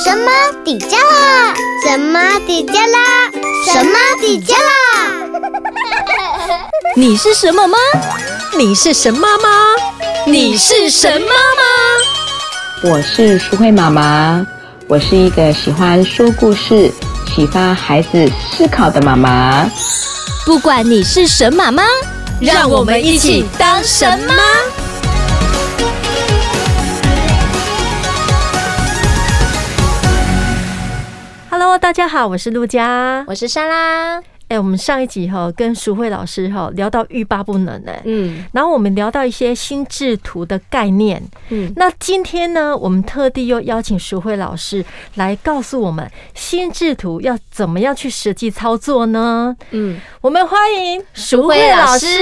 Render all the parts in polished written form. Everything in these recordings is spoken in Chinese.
什么底加啦？什么底加啦？什么底加啦？ 你是什么吗？你是神妈吗？你是神妈吗？ 我是淑慧妈妈，我是一个喜欢说故事、启发孩子思考的妈妈。 不管你是神妈妈，让我们一起当神妈。 Hello， 大家好，我是陆佳， 我是莎拉。 我们上一集跟淑慧老师聊到欲罢不能然后我们聊到一些心智图的概念那今天呢，我们特地又邀请淑慧老师来告诉我们心智图要怎么样去实际操作呢？我们欢迎淑慧老师。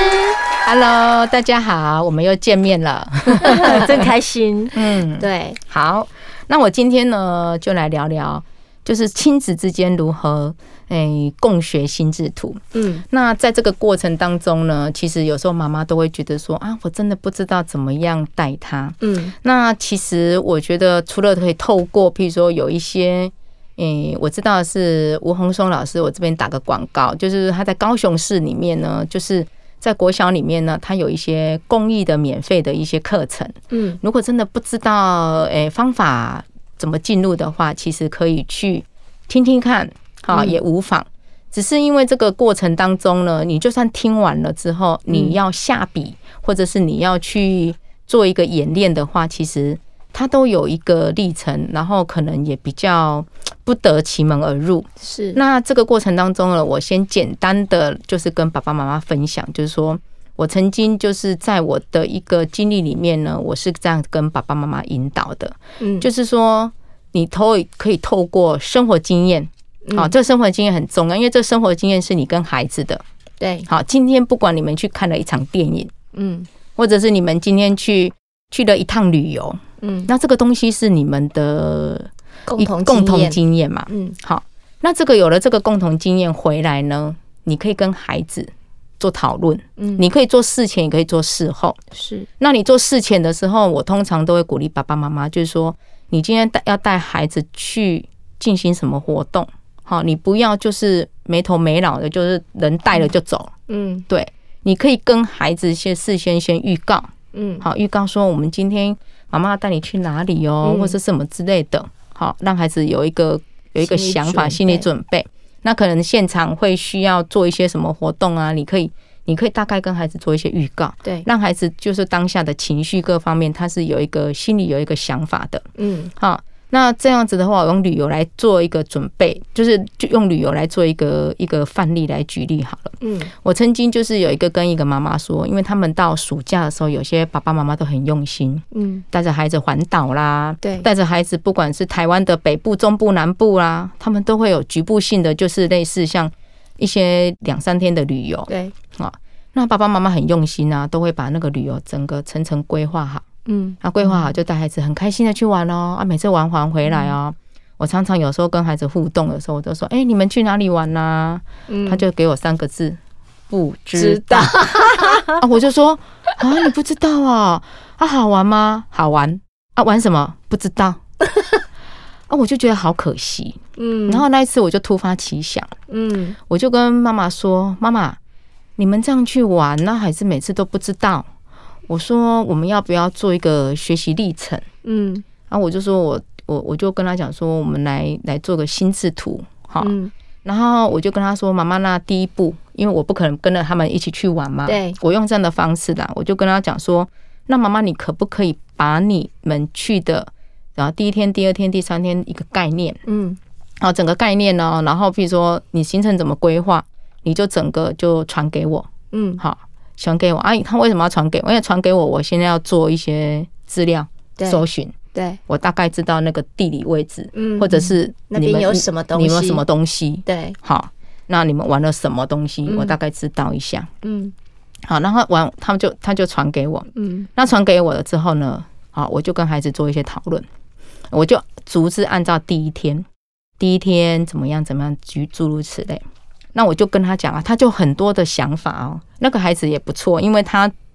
Hello， 大家好，我们又见面了， 真开心。 对，好，那我今天呢就来聊聊，就是亲子之间如何共学心智图。那在这个过程当中呢，其实有时候妈妈都会觉得说啊，我真的不知道怎么样带他。那其实我觉得除了可以透过譬如说有一些我知道是吴鸿松老师，我这边打个广告，就是他在高雄市里面呢，就是在国小里面呢，他有一些公益的免费的一些课程。如果真的不知道方法怎么进入的话，其实可以去听听看，也无妨。只是因为这个过程当中呢，你就算听完了之后，你要下笔或者是你要去做一个演练的话，其实它都有一个历程，然后可能也比较不得其门而入。 是， 那这个过程当中呢，我先简单的就是跟爸爸妈妈分享，就是说我曾经就是在我的一个经历里面呢，我是这样跟爸爸妈妈引导的，就是说你可以透过生活经验，这个生活经验很重要，因为这个生活经验是你跟孩子的。 对， 好，今天不管你们去看了一场电影，或者是你们今天去了一趟旅游，那这个东西是你们的共同经验嘛。好，那这个有了这个共同经验回来呢，你可以跟孩子做讨论，你可以做事前，也可以做事后。 是， 那你做事前的时候，我通常都会鼓励爸爸妈妈，就是说，你今天要带孩子去进行什么活动，好，你不要就是没头没脑的，就是人带了就走。对，你可以跟孩子事先预告，好，预告说我们今天妈妈要带你去哪里哦，或是什么之类的，好，让孩子有一个想法、心理准备。那可能现场会需要做一些什么活动啊？你可以大概跟孩子做一些预告，对，让孩子就是当下的情绪各方面，他是心里有一个想法的。好，那这样子的话，我用旅游来做一个准备，就用旅游来做一个范例来举例好了。我曾经就是有跟一个妈妈说，因为他们到暑假的时候，有些爸爸妈妈都很用心，带着孩子环岛啦，对，带着孩子不管是台湾的北部、中部、南部啦，他们都会有局部性的，就是类似像一些2-3天的旅游，对，那爸爸妈妈很用心啊，都会把那个旅游整个层层规划好。那规划好就带孩子很开心的去玩哦，每次玩完回来哦，我常常有时候跟孩子互动的时候，我都说你们去哪里玩啊？他就给我3个字，不知道。我就说你不知道啊？好玩吗？好玩啊。玩什么？不知道。我就觉得好可惜。然后那一次我就突发奇想，我就跟妈妈说，妈妈，你们这样去玩，那孩子每次都不知道。我说我们要不要做一个学习历程？然后我就说我就跟他讲说，我们来做个心智图，然后我就跟他说，妈妈，那第一步，因为我不可能跟着他们一起去玩嘛，对，我用这样的方式啦，我就跟他讲说，那妈妈，你可不可以把你们去的，然后第1天、第2天、第3天一个概念，然后整个概念呢，然后比如说你行程怎么规划，你就整个就传给我，好。传给我他为什么要传给我？因为传给我，我现在要做一些资料搜寻，对，我大概知道那个地理位置，或者是那边有什么东西， 你们有什么东西， 对， 好，那你们玩了什么东西，我大概知道一下，好，然后他就传给我，那传给我了之后呢，好，我就跟孩子做一些讨论，我就逐字按照第一天怎么样诸如此类。那我就跟他讲他就很多的想法那个孩子也不错，因为他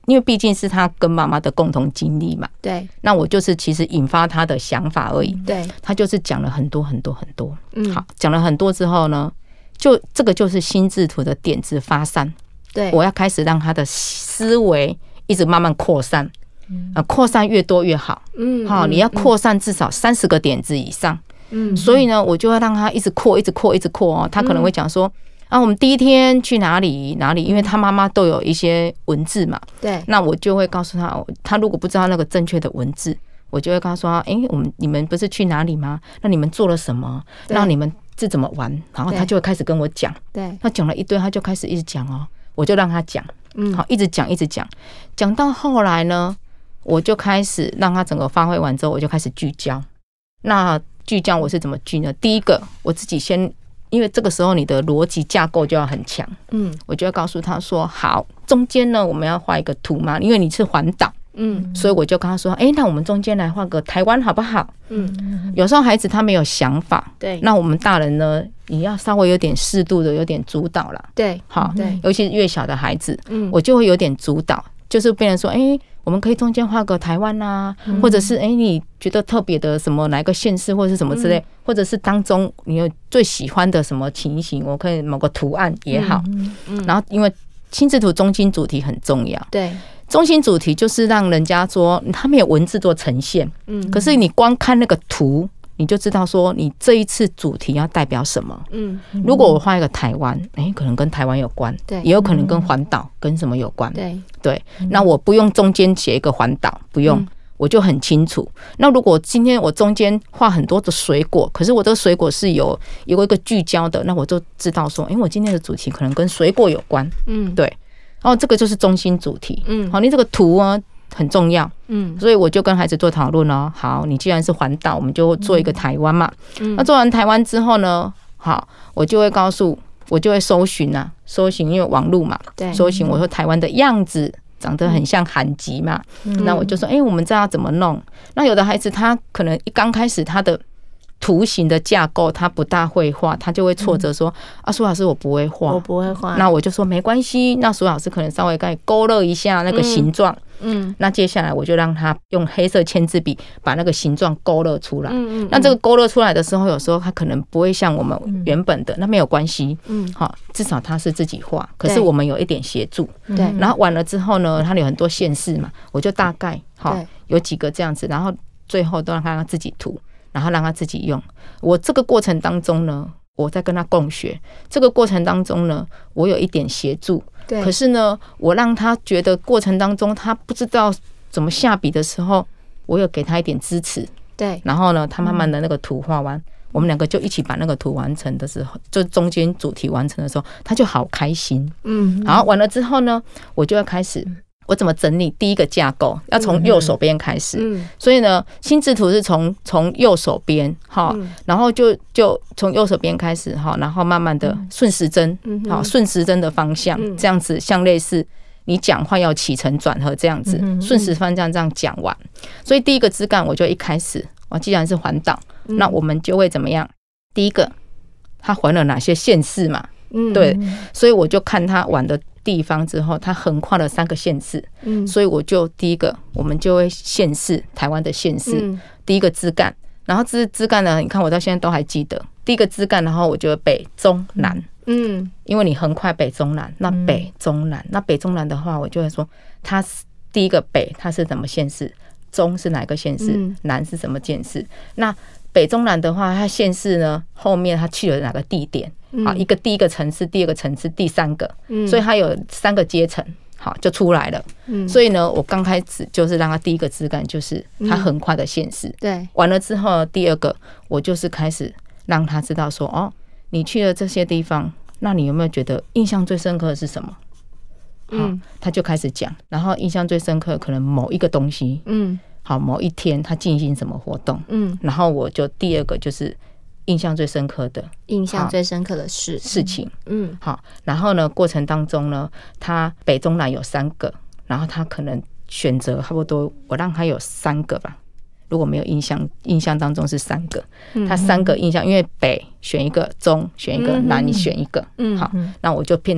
因为毕竟是他跟妈妈的共同经历嘛。 对， 那我就是其实引发他的想法而已。 对， 他就是讲了很多很多很多。好，讲了很多之后呢，就这个就是心智图的点子发散。 对， 我要开始让他的思维一直慢慢扩散。扩散越多越好。好，你要扩散至少30个点子以上。所以呢，我就会让他一直扩，一直扩，一直扩哦。他可能会讲说，我们第一天去哪里哪里，因为他妈妈都有一些文字嘛。 对， 那我就会告诉他，他如果不知道那个正确的文字，我就会告诉他，你们不是去哪里吗？那你们做了什么？那你们是怎么玩？然后他就会开始跟我讲。 对， 他讲了一堆，他就开始一直讲哦，我就让他讲。好，一直讲，一直讲，讲到后来呢，我就开始让他整个发挥完之后，我就开始聚焦。那聚焦我是怎么聚呢？第一个，我自己先，因为这个时候你的逻辑架构就要很强。我就要告诉他说，好，中间呢我们要画一个图嘛，因为你是环岛。所以我就跟他说，那我们中间来画个台湾好不好？有时候孩子他没有想法， 对， 那我们大人呢，你要稍微有点适度的有点主导啦。 对， 好，尤其是越小的孩子，我就会有点主导，就是变成说，我们可以中间画个台湾啊，或者是你觉得特别的什么哪个县市或者是什么之类，或者是当中你有最喜欢的什么情形，我可以某个图案也好。然后因为心智图中心主题很重要， 对， 中心主题就是让人家说他没有文字做呈现，可是你光看那个图，你就知道说你这一次主题要代表什么。如果我画一个台湾，可能跟台湾有关，对，也有可能跟环岛跟什么有关，对，那我不用中间写一个环岛，不用，我就很清楚。那如果今天我中间画很多的水果，可是我这个水果是有一个聚焦的，那我就知道说，我今天的主题可能跟水果有关，对。这个就是中心主题。好，你这个图啊很重要。所以我就跟孩子做讨论哦。好，你既然是环岛，我们就做一个台湾嘛。那做完台湾之后呢，好，我就会搜寻啊，因为网路嘛，搜寻我说台湾的样子长得很像韩籍嘛。那我就说，我们这要怎么弄？那有的孩子他可能一刚开始他的图形的架构他不大会画，他就会挫折说，苏老师我不会画，那我就说没关系，那苏老师可能稍微勾勒一下那个形状。那接下来我就让他用黑色签字笔把那个形状勾勒出来。那这个勾勒出来的时候，有时候他可能不会像我们原本的，那没有关系。好，至少他是自己画，可是我们有一点协助。对，然后完了之后呢，他有很多县市嘛，我就大概有几个这样子，然后最后都让他自己涂。然后让他自己用。我这个过程当中呢，我在跟他共学。这个过程当中呢，我有一点协助。对。可是呢，我让他觉得过程当中他不知道怎么下笔的时候，我有给他一点支持。对。然后呢，他慢慢的那个图画完，我们两个就一起把那个图完成的时候，就中间主题完成的时候，他就好开心。然后完了之后呢，我就要开始。我怎么整理第一个架构？要从右手边开始。所以呢，心智图是从右手边，然后就从右手边开始，然后慢慢的顺时针，顺时针的方向，这样子像类似你讲话要起承转合这样子，顺时方向这样讲完。所以第一个枝干我就一开始，既然是环岛，那我们就会怎么样？第一个，他环了哪些县市嘛？对，所以我就看他玩的地方之后，他横跨了3个县市。所以我就第一个，我们就会县市，台湾的县市，第一个枝干。然后枝干呢，你看我到现在都还记得，第一个枝干，然后我就北中南。因为你横跨北中南，那北中南，那北中南的话，我就会说，它第一个北它是什么县市，中是哪个县市，南是什么县市。那北中南的话，它县市呢后面它去了哪个地点？好，第一个层次，第二个层次，第3个，所以它有3个阶层，好就出来了。所以呢，我刚开始就是让它第一个枝干就是它横跨的县市。对，完了之后，第2个我就是开始让他知道说，你去了这些地方，那你有没有觉得印象最深刻的是什么？好，他就开始讲，然后印象最深刻可能某一个东西，好，某一天他进行什么活动，然后我就第2个就是印象最深刻的事情，好，然后呢，过程当中呢，他北中南有3个，然后他可能选择差不多，我让他有3个吧，如果没有印象当中是3个，他3个印象，因为北选一个，中选一个，南你选一个，好，那我就变成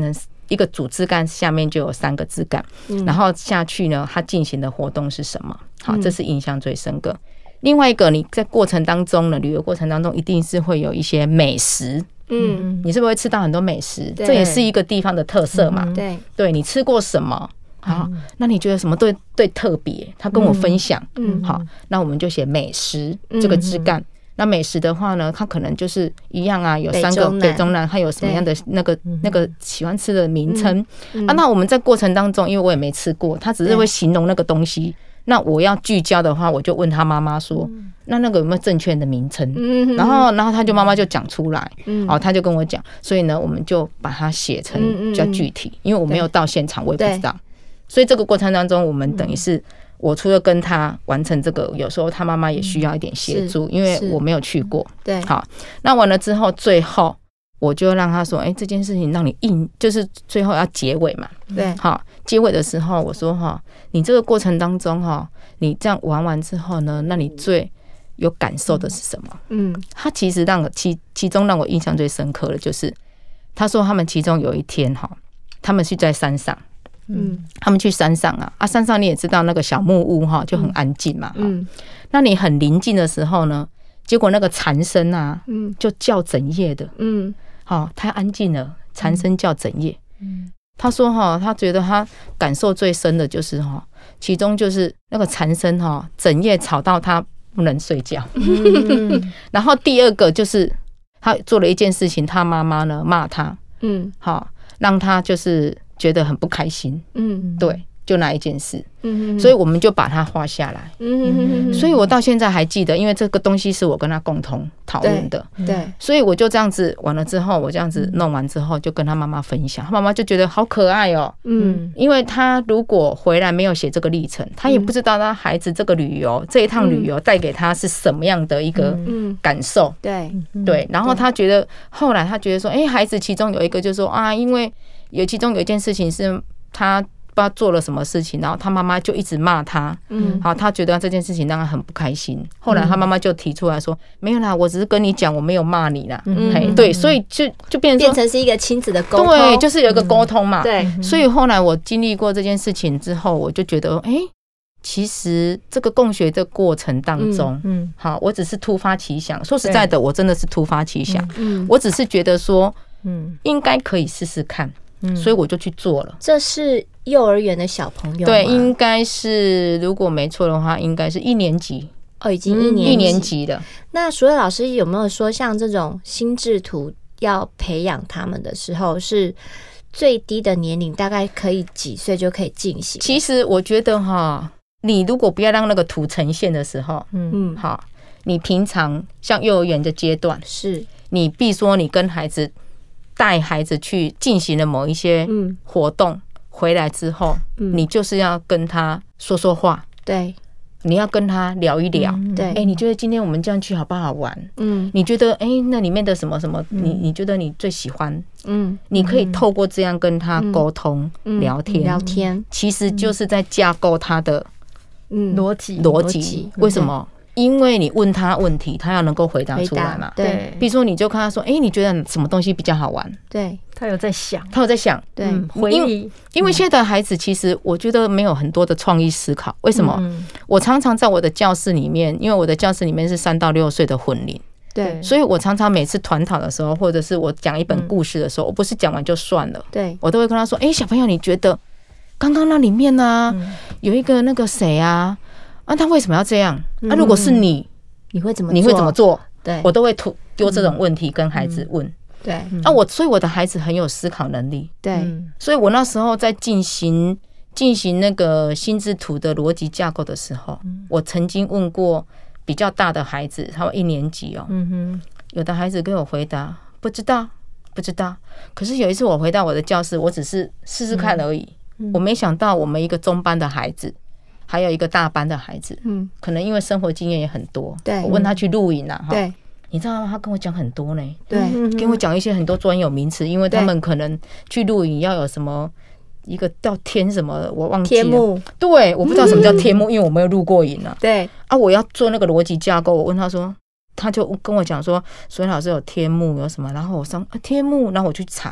一个主枝干下面就有3个枝干，然后下去呢，它进行的活动是什么？好，这是印象最深刻。另外一个，你在过程当中呢，旅游过程当中一定是会有一些美食，你是不是会吃到很多美食？这也是一个地方的特色嘛。对，你吃过什么？好，那你觉得什么对特别？他跟我分享，好，那我们就写美食这个枝干。那美食的话呢，它可能就是一样啊，有3个北中南，它有什么样的那个喜欢吃的名称啊？那我们在过程当中，因为我也没吃过，他只是会形容那个东西。那我要聚焦的话，我就问他妈妈说，那个有没有正确的名称？然后他就妈妈就讲出来，他就跟我讲，所以呢，我们就把它写成比较具体，因为我没有到现场，我也不知道。所以这个过程当中，我们等于是我除了跟他完成这个，有时候他妈妈也需要一点协助，因为我没有去过。对，好，那完了之后，最后我就让他说，这件事情让你就是最后要结尾嘛。对，好，结尾的时候我说你这个过程当中你这样玩完之后呢，那你最有感受的是什么？他其实其中让我印象最深刻的就是，他说他们其中有一天他们是在山上。他们去山上啊，山上你也知道那个小木屋就很安静嘛。那你很临近的时候呢，结果那个蝉声啊，就叫整夜的。太安静了，蝉声叫整夜。他说他觉得他感受最深的就是其中就是那个蝉声整夜吵到他不能睡觉。然后第二个就是他做了一件事情，他妈妈呢骂他，让他就是觉得很不开心，对，就那一件事，所以我们就把它画下来，所以我到现在还记得，因为这个东西是我跟他共同讨论的，对，所以我就这样子完了之后，我这样子弄完之后，就跟他妈妈分享，他妈妈就觉得好可爱哦，因为他如果回来没有写这个历程，他也不知道他孩子这个这一趟旅游带给他是什么样的一个感受，对，然后他觉得后来他觉得说，孩子其中有一个就说啊，因为其中有一件事情是他不知道做了什么事情，然后他妈妈就一直骂他，好，他觉得这件事情让他很不开心。后来他妈妈就提出来说，没有啦，我只是跟你讲，我没有骂你啦。对，所以就变成是一个亲子的沟通， 对，就是有一个沟通嘛。对，所以后来我经历过这件事情之后，我就觉得，其实这个共学的过程当中，好，我只是突发奇想。说实在的，我真的是突发奇想，我只是觉得说，应该可以试试看。所以我就去做了。 这是幼儿园的小朋友吗？ 对，应该是，如果没错的话，应该是1年级。 已经一年级了。 那淑慧老师有没有说，像这种心智图要培养他们的时候，是最低的年龄大概可以几岁就可以进行？ 其实我觉得你如果不要让那个图呈现的时候，好，你平常像幼儿园的阶段，是你比如说你跟带孩子去进行了某一些活动，回来之后，你就是要跟他说说话，对，你要跟他聊一聊，对，你觉得今天我们这样去好不好玩？你觉得那里面的什么什么，你觉得你最喜欢？你可以透过这样跟他沟通、聊天，其实就是在架构他的逻辑。为什么？因为你问他问题，他要能够回答出来嘛。对，比如说你就跟他说，你觉得什么东西比较好玩？ 对，他有在想， 对， 回忆。 因为现在的孩子其实我觉得没有很多的创意思考。为什么？我常常在我的教室里面，因为我的教室里面是3到6岁的混龄，对，所以我常常每次团讨的时候，或者是我讲一本故事的时候，我不是讲完就算了，对，我都会跟他说，小朋友，你觉得刚刚那里面呢，有一个那个谁啊？他为什么要这样？如果是你会怎么做？对，我都会丢这种问题跟孩子问。对，所以我的孩子很有思考能力。对，所以我那时候在进行那个心智图的逻辑架构的时候，我曾经问过比较大的孩子，他们1年级哦，有的孩子跟我回答不知道。可是有一次我回到我的教室，我只是试试看而已，我没想到我们一个中班的孩子。还有一个大班的孩子，可能因为生活经验也很多，我问他去露营啊，对，你知道吗？他跟我讲很多呢，对，跟我讲一些很多专有名词，因为他们可能去露营要有什么一个叫天什么，我忘记了，天幕，对，我不知道什么叫天幕，因为我没有露过营啊，对，我要做那个逻辑架构，我问他说，他就跟我讲说，所以老师有天幕有什么，然后我说天幕，然后我去查。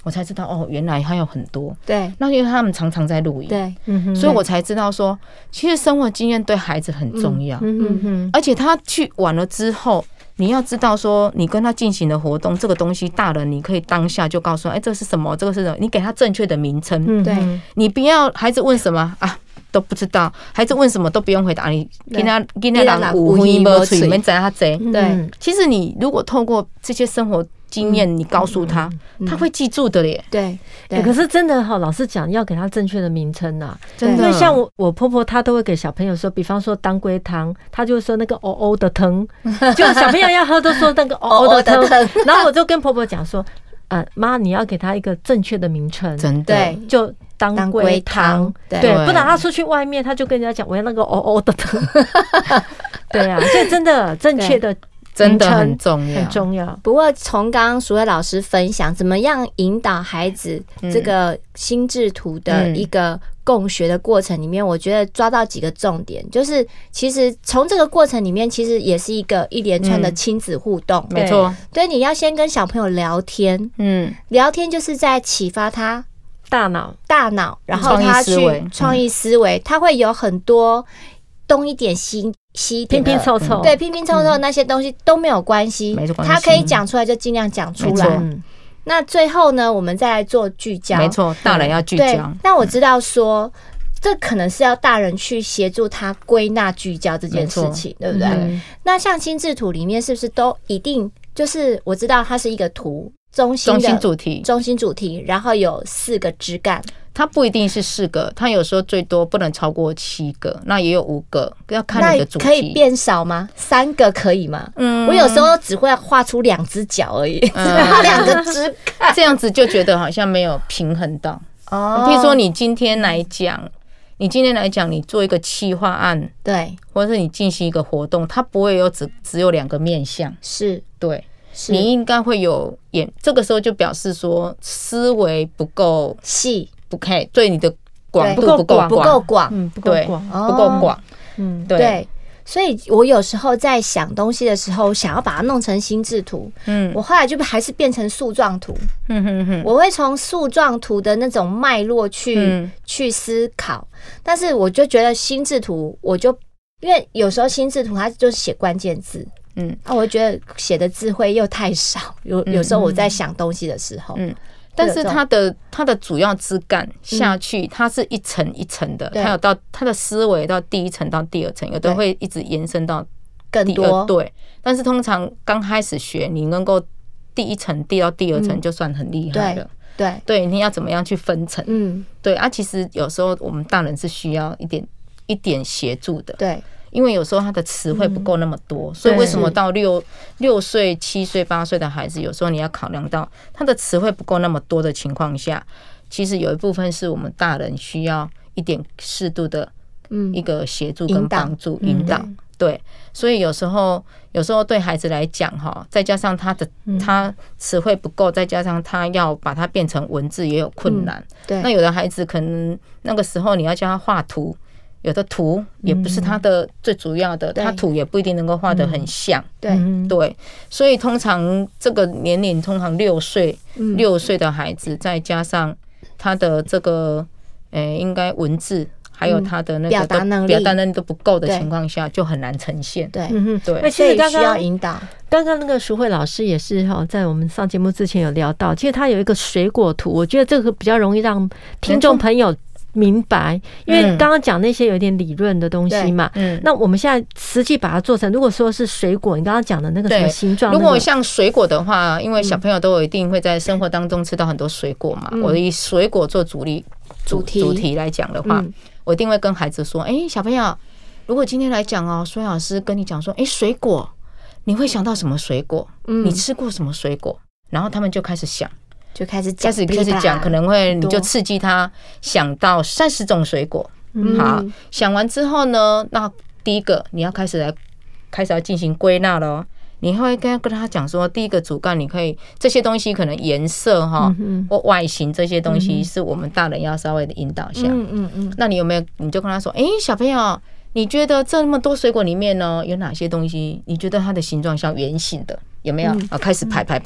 我才知道哦，原来还有很多。 对， 那因为他们常常在露营， 对， 所以我才知道说，其实生活经验对孩子很重要。而且他去玩了之后，你要知道说，你跟他进行的活动，这个东西大人你可以当下就告诉他，这是什么，这个是什么，你给他正确的名称。 对， 你不要孩子问什么啊都不知道，孩子问什么都不用回答，你跟他人有耳没嘴，没知他贼。 对， 其实你如果透过这些生活经验，你告诉他，他会记住的耶。 对， 可是真的哈，老师讲要给他正确的名称啊， 真的。 因为像我婆婆，她都会给小朋友说，比方说当归汤，她就说那个哦哦的汤，就小朋友要喝都说那个哦哦的汤。然后我就跟婆婆讲说，妈，你要给他一个正确的名称， 真的， 就当归汤，对，不然他出去外面，他就跟人家讲我要那个哦哦的汤。对啊，所以真的正确的。 真的很重要， 很重要。 不过从刚刚淑慧老师分享，怎么样引导孩子这个心智图的一个共学的过程里面，我觉得抓到几个重点，就是其实从这个过程里面，其实也是一连串的亲子互动。 没错， 对，你要先跟小朋友聊天，聊天就是在启发他大脑，然后他去创意思维，他会有很多东一点西一点， 拼拼凑凑， 对，拼拼凑凑那些东西都没有关系，他可以讲出来就尽量讲出来。那最后呢，我们再来做聚焦， 没错，大人要聚焦。 那我知道说，这可能是要大人去协助他归纳聚焦这件事情，对不对？那像心智图里面是不是都一定就是我知道它是一个图，中心主题，然后有4个枝干。 它不一定是4个，它有时候最多不能超过7个，那也有5个，要看你的主题。 那可以变少吗？3个可以吗？我有时候只会画出2只脚而已，2个枝干， 这样子就觉得好像没有平衡到。譬如说你今天来讲，你做一个企划案， 对， 或者是你进行一个活动，它不会有只有2个面向， 是对。你应该会有这个时候就表示说思维不够细， 不可以对你的广度不够广，对，不够广， 对。所以我有时候在想东西的时候，想要把它弄成心智图，我后来就还是变成树状图，我会从树状图的那种脉络去思考，但是我就觉得心智图，因为有时候心智图它就是写关键字。我觉得写的字会又太少，有时候我在想东西的时候， 但是它的主要枝干下去，它是一层一层的，还有到它的思维到第1层到第2层，有的会一直延伸到更多。 对，但是通常刚开始学，你能够第1层递到第2层就算很厉害了。对，你要怎么样去分层？对啊，其实有时候我们大人是需要一点协助的。对。因为有时候他的词汇不够那么多，所以为什么到6岁、7岁、8岁的孩子，有时候你要考量到他的词汇不够那么多的情况下，其实有一部分是我们大人需要一点适度的一个协助跟帮助引导。对，所以有时候对孩子来讲哈，再加上他词汇不够，再加上他要把它变成文字也有困难。那有的孩子可能那个时候你要教他画图。有的图也不是他的最主要的，他图也不一定能够画得很像。对，所以通常这个年龄，通常6岁的孩子，再加上他的这个应该文字还有他的那个表达能力都不够的情况下，就很难呈现。对， 所以需要引导。 刚刚那个淑慧老师也是在我们上节目之前有聊到，其实他有一个水果图，我觉得这个比较容易让听众朋友明白，因为刚刚讲那些有点理论的东西嘛，那我们现在实际把它做成，如果说是水果，你刚刚讲的那个什么形状， 如果像水果的话，因为小朋友都有一定会在生活当中吃到很多水果嘛，我以水果做主题来讲的话，我一定会跟孩子说，小朋友，如果今天来讲淑慧老师跟你讲说，水果，你会想到什么水果？你吃过什么水果？然后他们就开始想。 就开始讲，可能会你就刺激他想到30种水果。好，想完之后呢，那第一个你要开始要进行归纳了。你会跟他讲说，第一个主干，你可以这些东西可能颜色或外形这些东西是我们大人要稍微的引导一下。那你有没有？你就跟他说，小朋友，你觉得这么多水果里面呢，有哪些东西你觉得它的形状像圆形的？有没有？开始排。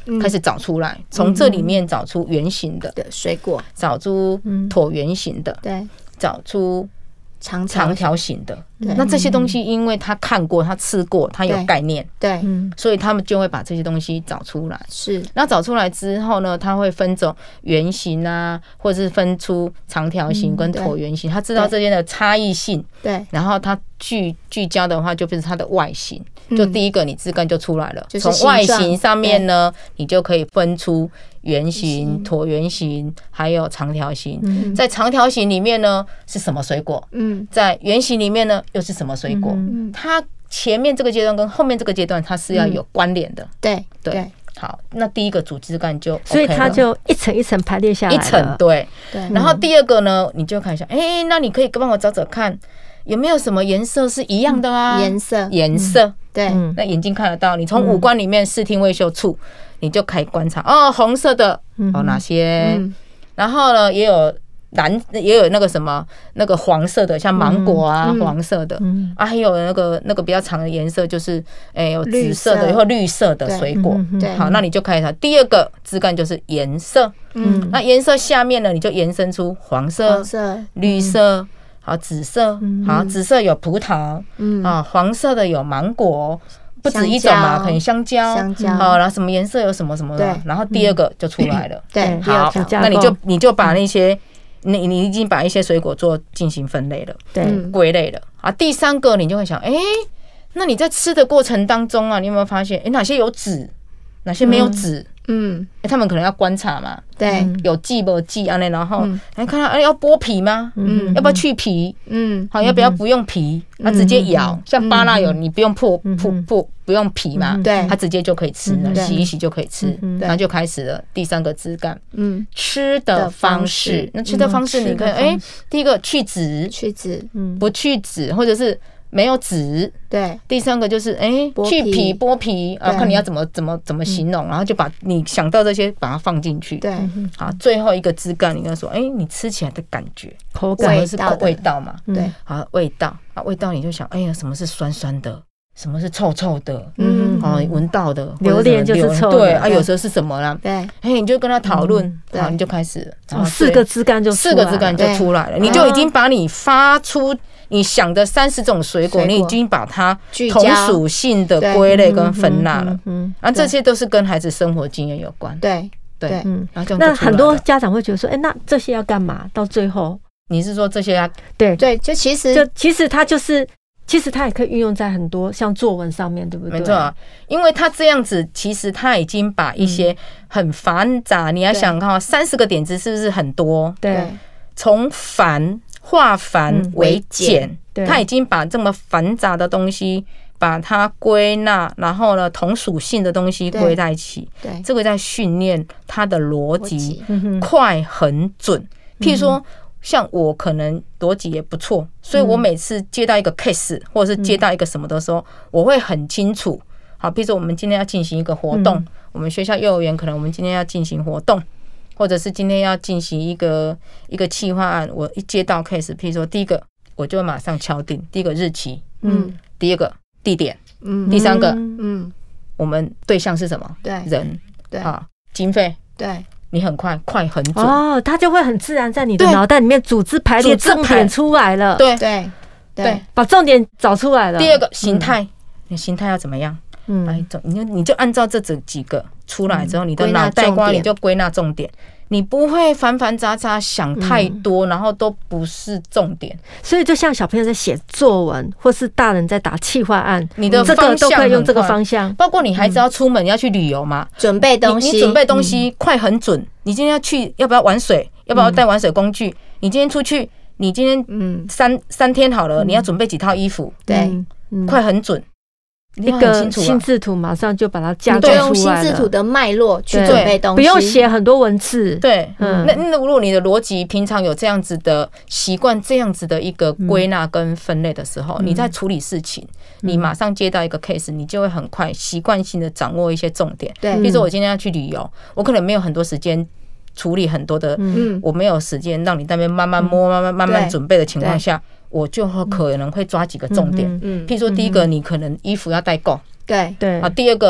开始找出来，从这里面找出圆形的水果， 找出椭圆形的， 对， 找出长条形的。 那这些东西，因为他看过，他吃过，他有概念， 对， 所以他们就会把这些东西找出来。 是， 那找出来之后呢，他会分走圆形啊，或者是分出长条形跟椭圆形，他知道这些的差异性。 对， 然后他聚焦的话，就变成它的外形。就第一个，你枝干就出来了。从外形上面呢，你就可以分出圆形、椭圆形，还有长条形。在长条形里面呢，是什么水果？在圆形里面呢，又是什么水果？它前面这个阶段跟后面这个阶段，它是要有关联的。 对。 好，那第一个主枝干就 OK 了， 所以它就一层一层排列下来了。 一层对。然后第二个呢，你就看一下，那你可以帮我找找看。有没有什么颜色是一样的啊？颜色， 对， 那眼睛看得到。你从五官里面视听味嗅触，你就可以观察红色的哪些？然后呢，也有那个什么那个黄色的，像芒果啊，黄色的还有那个比较长的颜色，就是有紫色的，或绿色的水果。好，那你就看一下第二个枝干就是颜色。那颜色下面呢，你就延伸出黄色、绿色。好，紫色，好，紫色有葡萄，黄色的有芒果，不止一种嘛，可能香蕉，好，然后什么颜色有什么什么的，然后第二个就出来了， 对， 好，那你就把那些你已经把一些水果做进行分类了，对，归类了，啊，第三个你就会想，那你在吃的过程当中啊，你有没有发现，哪些有籽，哪些没有籽？他们可能要观察嘛， 对， 有记不记啊？然后看到要剥皮吗？要不要去皮？好，要不用皮？直接咬，像芭乐有你不用不用皮嘛， 对， 它直接就可以吃了，洗一洗就可以吃，然后就开始了第三个枝干，吃的方式。那吃的方式，你看，第一个去籽，不去籽，或者是没有籽， 对。 第三个就是去皮剥皮啊，看你要怎么形容，然后就把你想到这些把它放进去。对，好，最后一个枝干，你跟他说，你吃起来的感觉， 口感， 什么是味道嘛？ 对， 好，味道啊，味道你就想，什么是酸酸的，什么是臭臭的，闻到的， 榴莲就是臭的， 对啊，有时候是什么啦？ 对， 你就跟他讨论，好，你就开始， 四个枝干就出来了，你就已经把你发出。你想的30种水果，你已经把它同属性的归类跟分纳了，这些都是跟孩子生活经验有关。对， 那很多家长会觉得说，那这些要干嘛？到最后， 你是说这些要对，就其实它就是，其实它也可以运用在很多像作文上面，对不对？ 没错啊，因为它这样子，其实它已经把一些很繁杂，你要想看30个点子是不是很多？对，从化繁为简，他已经把这么繁杂的东西把它归纳，然后呢，同属性的东西归在一起。对，这个在训练他的逻辑快很准。譬如说，像我可能逻辑也不错，所以我每次接到一个 case 或者是接到一个什么的时候，我会很清楚。好，譬如说我们今天要进行一个活动，我们学校幼儿园可能我们今天要进行活动。或者是今天要进行一个企划案，我一接到 case， 譬如说第一个我就会马上敲定第一个日期，第二个地点，第三个，我们对象是什么？对，人，对啊，经费，对，你很快很准哦，它就会很自然在你的脑袋里面组织排列重点出来了， 对， 把重点找出来了。 第二个形态，你形态要怎么样？你就按照这几个出来之后，你的脑袋瓜你就归纳重点，你不会繁繁杂杂想太多，然后都不是重点。 所以就像小朋友在写作文，或是大人在打企划案， 你的这个都可以用这个方向。 包括你孩子要出门要去旅游嘛， 准备东西， 你准备东西快很准。你今天要去，要不要玩水？要不要带玩水工具？你今天出去，你今天三天好了，你要准备几套衣服？对，快很准。 一个心智图马上就把它架构出来了， 用心智图的脉络去准备东西， 不用写很多文字。 对，那如果你的逻辑平常有这样子的习惯，这样子的一个归纳跟分类的时候，你在处理事情，你马上接到一个 case， 你就会很快习惯性的掌握一些重点。对，比如说我今天要去旅游，我可能没有很多时间处理很多的，我没有时间让你在那边慢慢摸、慢慢准备的情况下。我就可能会抓几个重点，譬如说第一个，你可能衣服要带够，对，啊，第二个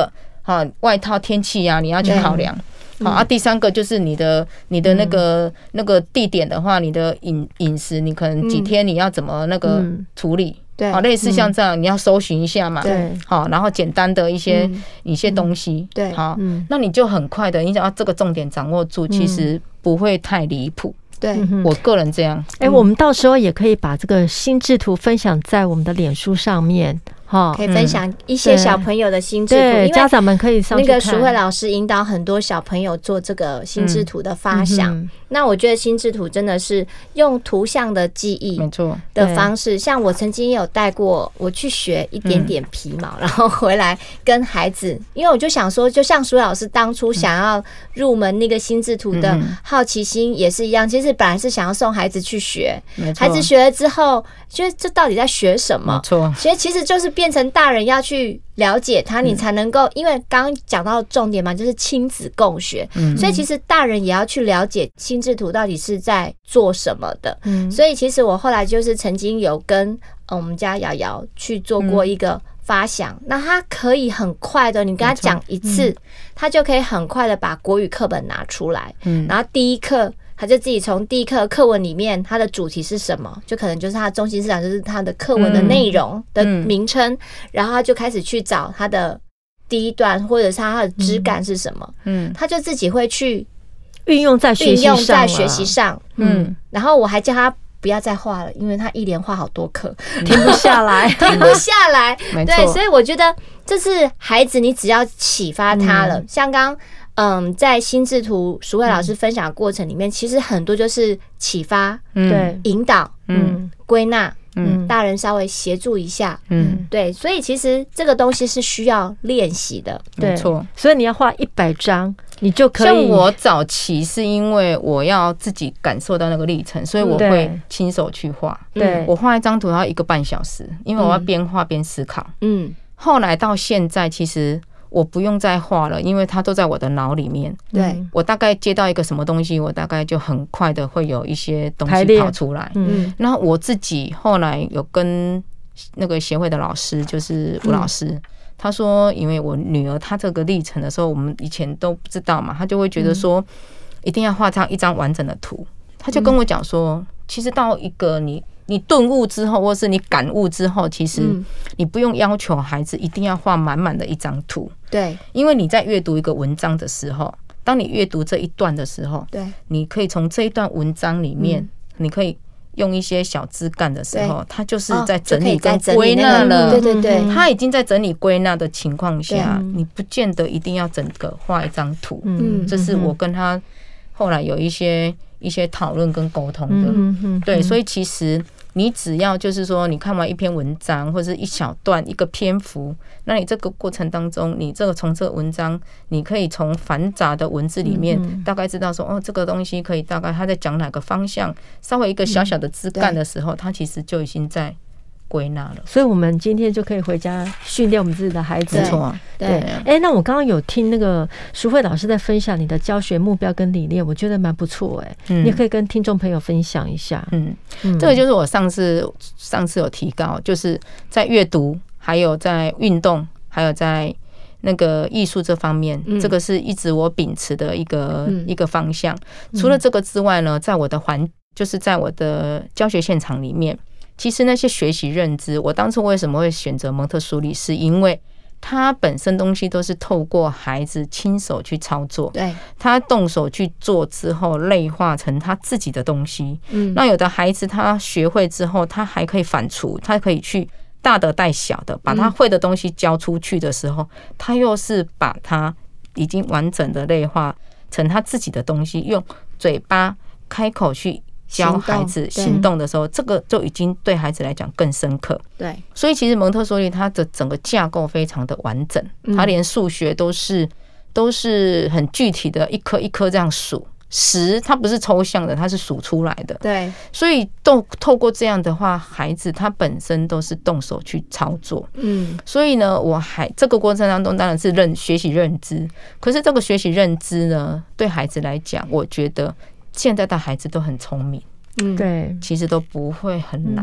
外套天气啊，你要去考量。好第三个就是你的那个地点的话，你的饮食，你可能几天你要怎么那个处理？好，类似像这样，你要搜寻一下嘛。对，好，然后简单的一些东西。对，好，那你就很快的，你想要这个重点掌握住，其实不会太离谱。对，我个人这样。 我们到时候也可以把这个心智图分享在我们的脸书上面。 可以分享一些小朋友的心智图，因为家长们可以上去看。 那个淑慧老师引导很多小朋友做这个心智图的发想。那我觉得心智图真的是用图像的记忆的方式，像我曾经有带过我去学一点点皮毛，然后回来跟孩子，因为我就想说，就像淑慧老师当初想要入门那个心智图的好奇心也是一样，其实本来是想要送孩子去学，孩子学了之后，觉得这到底在学什么？所以其实就是变成大人要去了解他，你才能够，因为刚刚讲到重点嘛，就是亲子共学，所以其实大人也要去了解心智图到底是在做什么的。所以其实我后来就是曾经有跟我们家瑶瑶去做过一个发想，那他可以很快的，你跟他讲一次，他就可以很快的把国语课本拿出来，然后第一课他就自己从第一课课文里面，它的主题是什么，就可能就是它的中心思想，就是它的课文的内容的名称，然后他就开始去找它的第一段，或者是它的枝干是什么，他就自己会去运用在学习上，然后我还叫他不要再画了，因为他一连画好多课， 停不下来， 对，所以我觉得这是孩子，你只要启发他了，像刚在心智图淑慧老师分享的过程里面，其实很多就是启发、引导、归纳，大人稍微协助一下，对，所以其实这个东西是需要练习的， 没错。 所以你要画100张，你就可以。 像我早期是因为我要自己感受到那个历程，所以我会亲手去画。对，我画一张图要1个半小时，因为我要边画边思考。后来到现在，其实我不用再画了，因为它都在我的脑里面。对，我大概接到一个什么东西，我大概就很快的会有一些东西跑出来。然后我自己后来有跟那个协会的老师，就是吴老师，他说，因为我女儿她这个历程的时候，我们以前都不知道嘛，他就会觉得说一定要画上一张完整的图。他就跟我讲说，其实到一个你顿悟之后，或是你感悟之后，其实你不用要求孩子一定要画满满的一张图。对，因为你在阅读一个文章的时候，当你阅读这一段的时候，对，你可以从这一段文章里面，你可以用一些小枝干的时候，他就是在整理跟归纳了。对，他已经在整理归纳的情况下，你不见得一定要整个画一张图。这是我跟他后来有一些讨论跟沟通的。对，所以其实你只要就是说，你看完一篇文章或者是一小段一个篇幅，那你这个过程当中，你从这个文章，你可以从繁杂的文字里面大概知道说，这个东西可以大概他在讲哪个方向，稍微一个小小的枝干的时候，他其实就已经在归纳了。 所以我们今天就可以回家训练我们自己的孩子。 没错， 对。那我刚刚有听那个淑慧老师在分享你的教学目标跟理念，我觉得蛮不错。你也可以跟听众朋友分享一下。 这个就是我上次有提到，就是在阅读，还有在运动，还有在那个艺术这方面，这个是一直我秉持的一个方向。除了这个之外呢，就是在我的教学现场里面，其实那些学习认知，我当初为什么会选择蒙特梭利，是因为他本身东西都是透过孩子亲手去操作，对，他动手去做之后，内化成他自己的东西。那有的孩子他学会之后，他还可以反刍，他可以去大的带小的，把他会的东西教出去的时候，他又是把他已经完整的内化成他自己的东西，用嘴巴开口去教孩子行动的时候，这个就已经对孩子来讲更深刻。对，所以其实蒙特梭利它的整个架构非常的完整，它连数学都是很具体的，一颗一颗这样数。10它不是抽象的，它是数出来的。对，所以透过这样的话，孩子他本身都是动手去操作。所以呢，这个过程当中当然是学习認知，可是这个学习認知呢，对孩子来讲，我觉得现在的孩子都很聪明。对，其实都不会很难。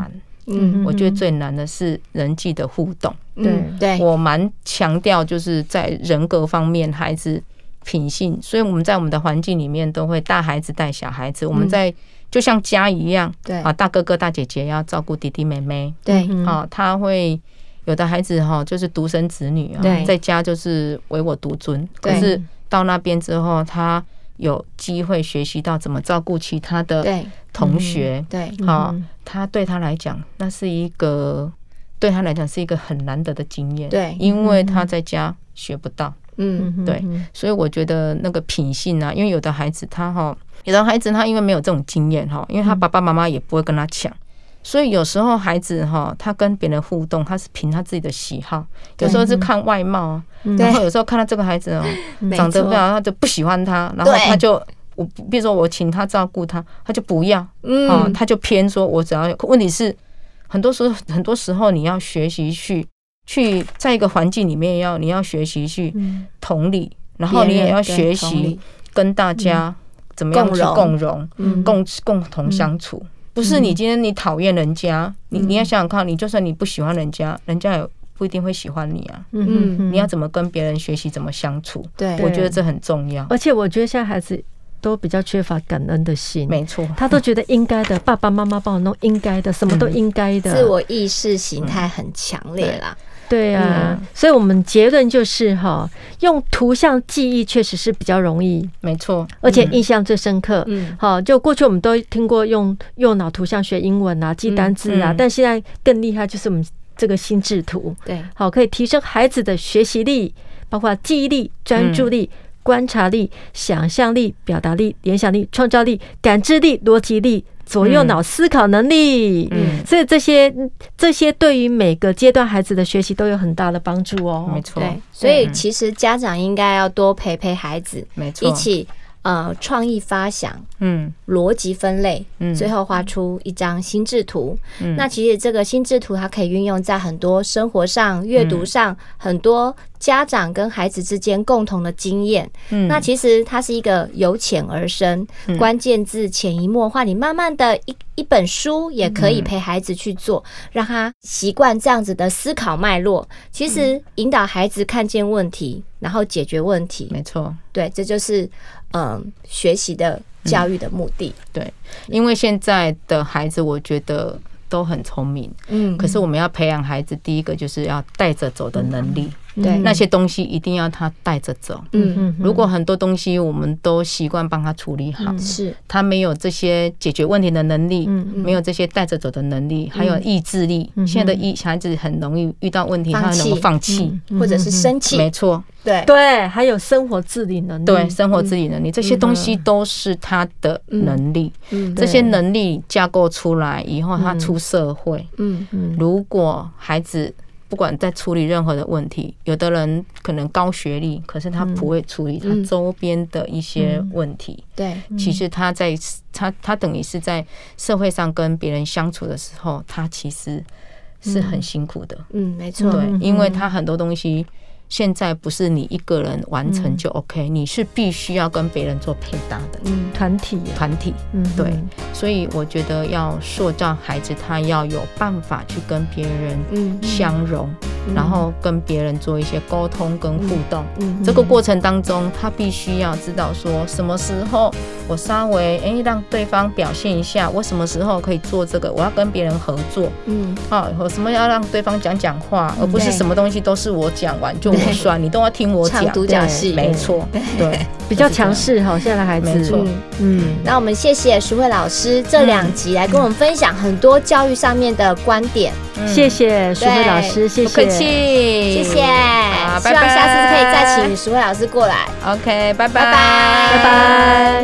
我觉得最难的是人际的互动。 对， 我蛮强调就是在人格方面，孩子品性，所以我们在我们的环境里面都会大孩子带小孩子，我们在就像家一样，对啊，大哥哥大姐姐要照顾弟弟妹妹， 对， 啊，他会有的孩子哈就是独生子女啊，在家就是唯我独尊，可是到那边之后，他有机会学习到怎么照顾其他的同学，对，好，他对他来讲，那是一个对他来讲是一个很难得的经验，对，因为他在家学不到，对，所以我觉得那个品性啊，因为有的孩子他因为没有这种经验哈，因为他爸爸妈妈也不会跟他抢，所以有时候孩子哈，他跟别人互动，他是凭他自己的喜好，有时候是看外貌，然后有时候看到这个孩子哦长得不好，他就不喜欢他，然后他就比如说我请他照顾他，他就不要，他就偏说我只要有。问题是很多时候你要学习去在一个环境里面你要学习去同理，然后你也要学习跟大家怎么样去共荣、共同相处。不是你今天你讨厌人家，你要想想看，你就算你不喜欢人家，人家也不一定会喜欢你啊。你要怎么跟别人学习怎么相处？对，我觉得这很重要。 而且我觉得现在孩子都比较缺乏感恩的心， 没错， 他都觉得应该的，爸爸妈妈帮我弄应该的，什么都应该的， 自我意识形态很强烈啦。 对啊，所以我们结论就是用图像记忆确实是比较容易， 没错， 而且印象最深刻。就过去我们都听过用右脑图像学英文啊、记单字啊，但现在更厉害就是我们这个心智图，对，可以提升孩子的学习力，包括记忆力、专注力、观察力、想象力、表达力、联想力、创造力、感知力、逻辑力、左右脑思考能力，所以这些对于每个阶段孩子的学习都有很大的帮助哦。 没错， 所以其实家长应该要多陪孩子，没错，一起创意发想，逻辑分类，最后画出一张心智图。那其实这个心智图它可以运用在很多生活上、阅读上，很多家长跟孩子之间共同的经验。那其实它是一个由浅而深，关键字潜移默化，你慢慢的一本书也可以陪孩子去做，让他习惯这样子的思考脉络。其实引导孩子看见问题，然后解决问题。 没错， 对，这就是学习的教育的目的。 对，因为现在的孩子，我觉得都很聪明，可是我们要培养孩子，第一个就是要带着走的能力。对，那些东西一定要他带着走。如果很多东西我们都习惯帮他处理好，是他没有这些解决问题的能力，没有这些带着走的能力，还有意志力。现在的孩子很容易遇到问题，他很容易放弃或者是生气。 没错， 对，还有生活自理能力。 对，生活自理能力这些东西都是他的能力。这些能力架构出来以后，他出社会，如果孩子不管在处理任何的问题，有的人可能高学历，可是他不会处理他周边的一些问题。对，其实他等于是在社会上跟别人相处的时候，他其实是很辛苦的。 没错， 对，因为他很多东西现在不是你一个人完成就 OK，你是必须要跟别人做配搭的。 团体， 对，所以我觉得要塑造孩子，他要有办法去跟别人相融，然后跟别人做一些沟通跟互动。这个过程当中，他必须要知道说，什么时候我稍微让对方表现一下，我什么时候可以做这个，我要跟别人合作。我什么要让对方讲话，而不是什么东西都是我讲完就我算，你都要听我讲。 唱独角戏， 没错，对， 比较强势现在的孩子。 没错， 那我们谢谢淑慧老师这2集来跟我们分享很多教育上面的观点。 谢谢淑慧老师，谢谢， 不客气， 谢谢。希望下次可以再请淑慧老师过来。 OK， 拜拜， 拜拜。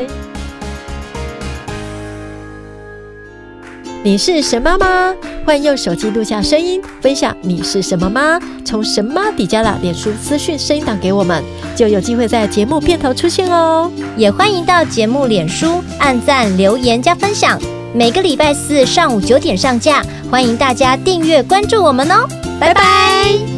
你是神妈吗？欢迎用手机录下声音，分享你是什么吗？从神妈底加拉脸书私讯声音档给我们，就有机会在节目片头出现哦。 也欢迎到节目脸书按赞、留言加分享，每个礼拜4上午9点上架，欢迎大家订阅关注我们哦。拜拜。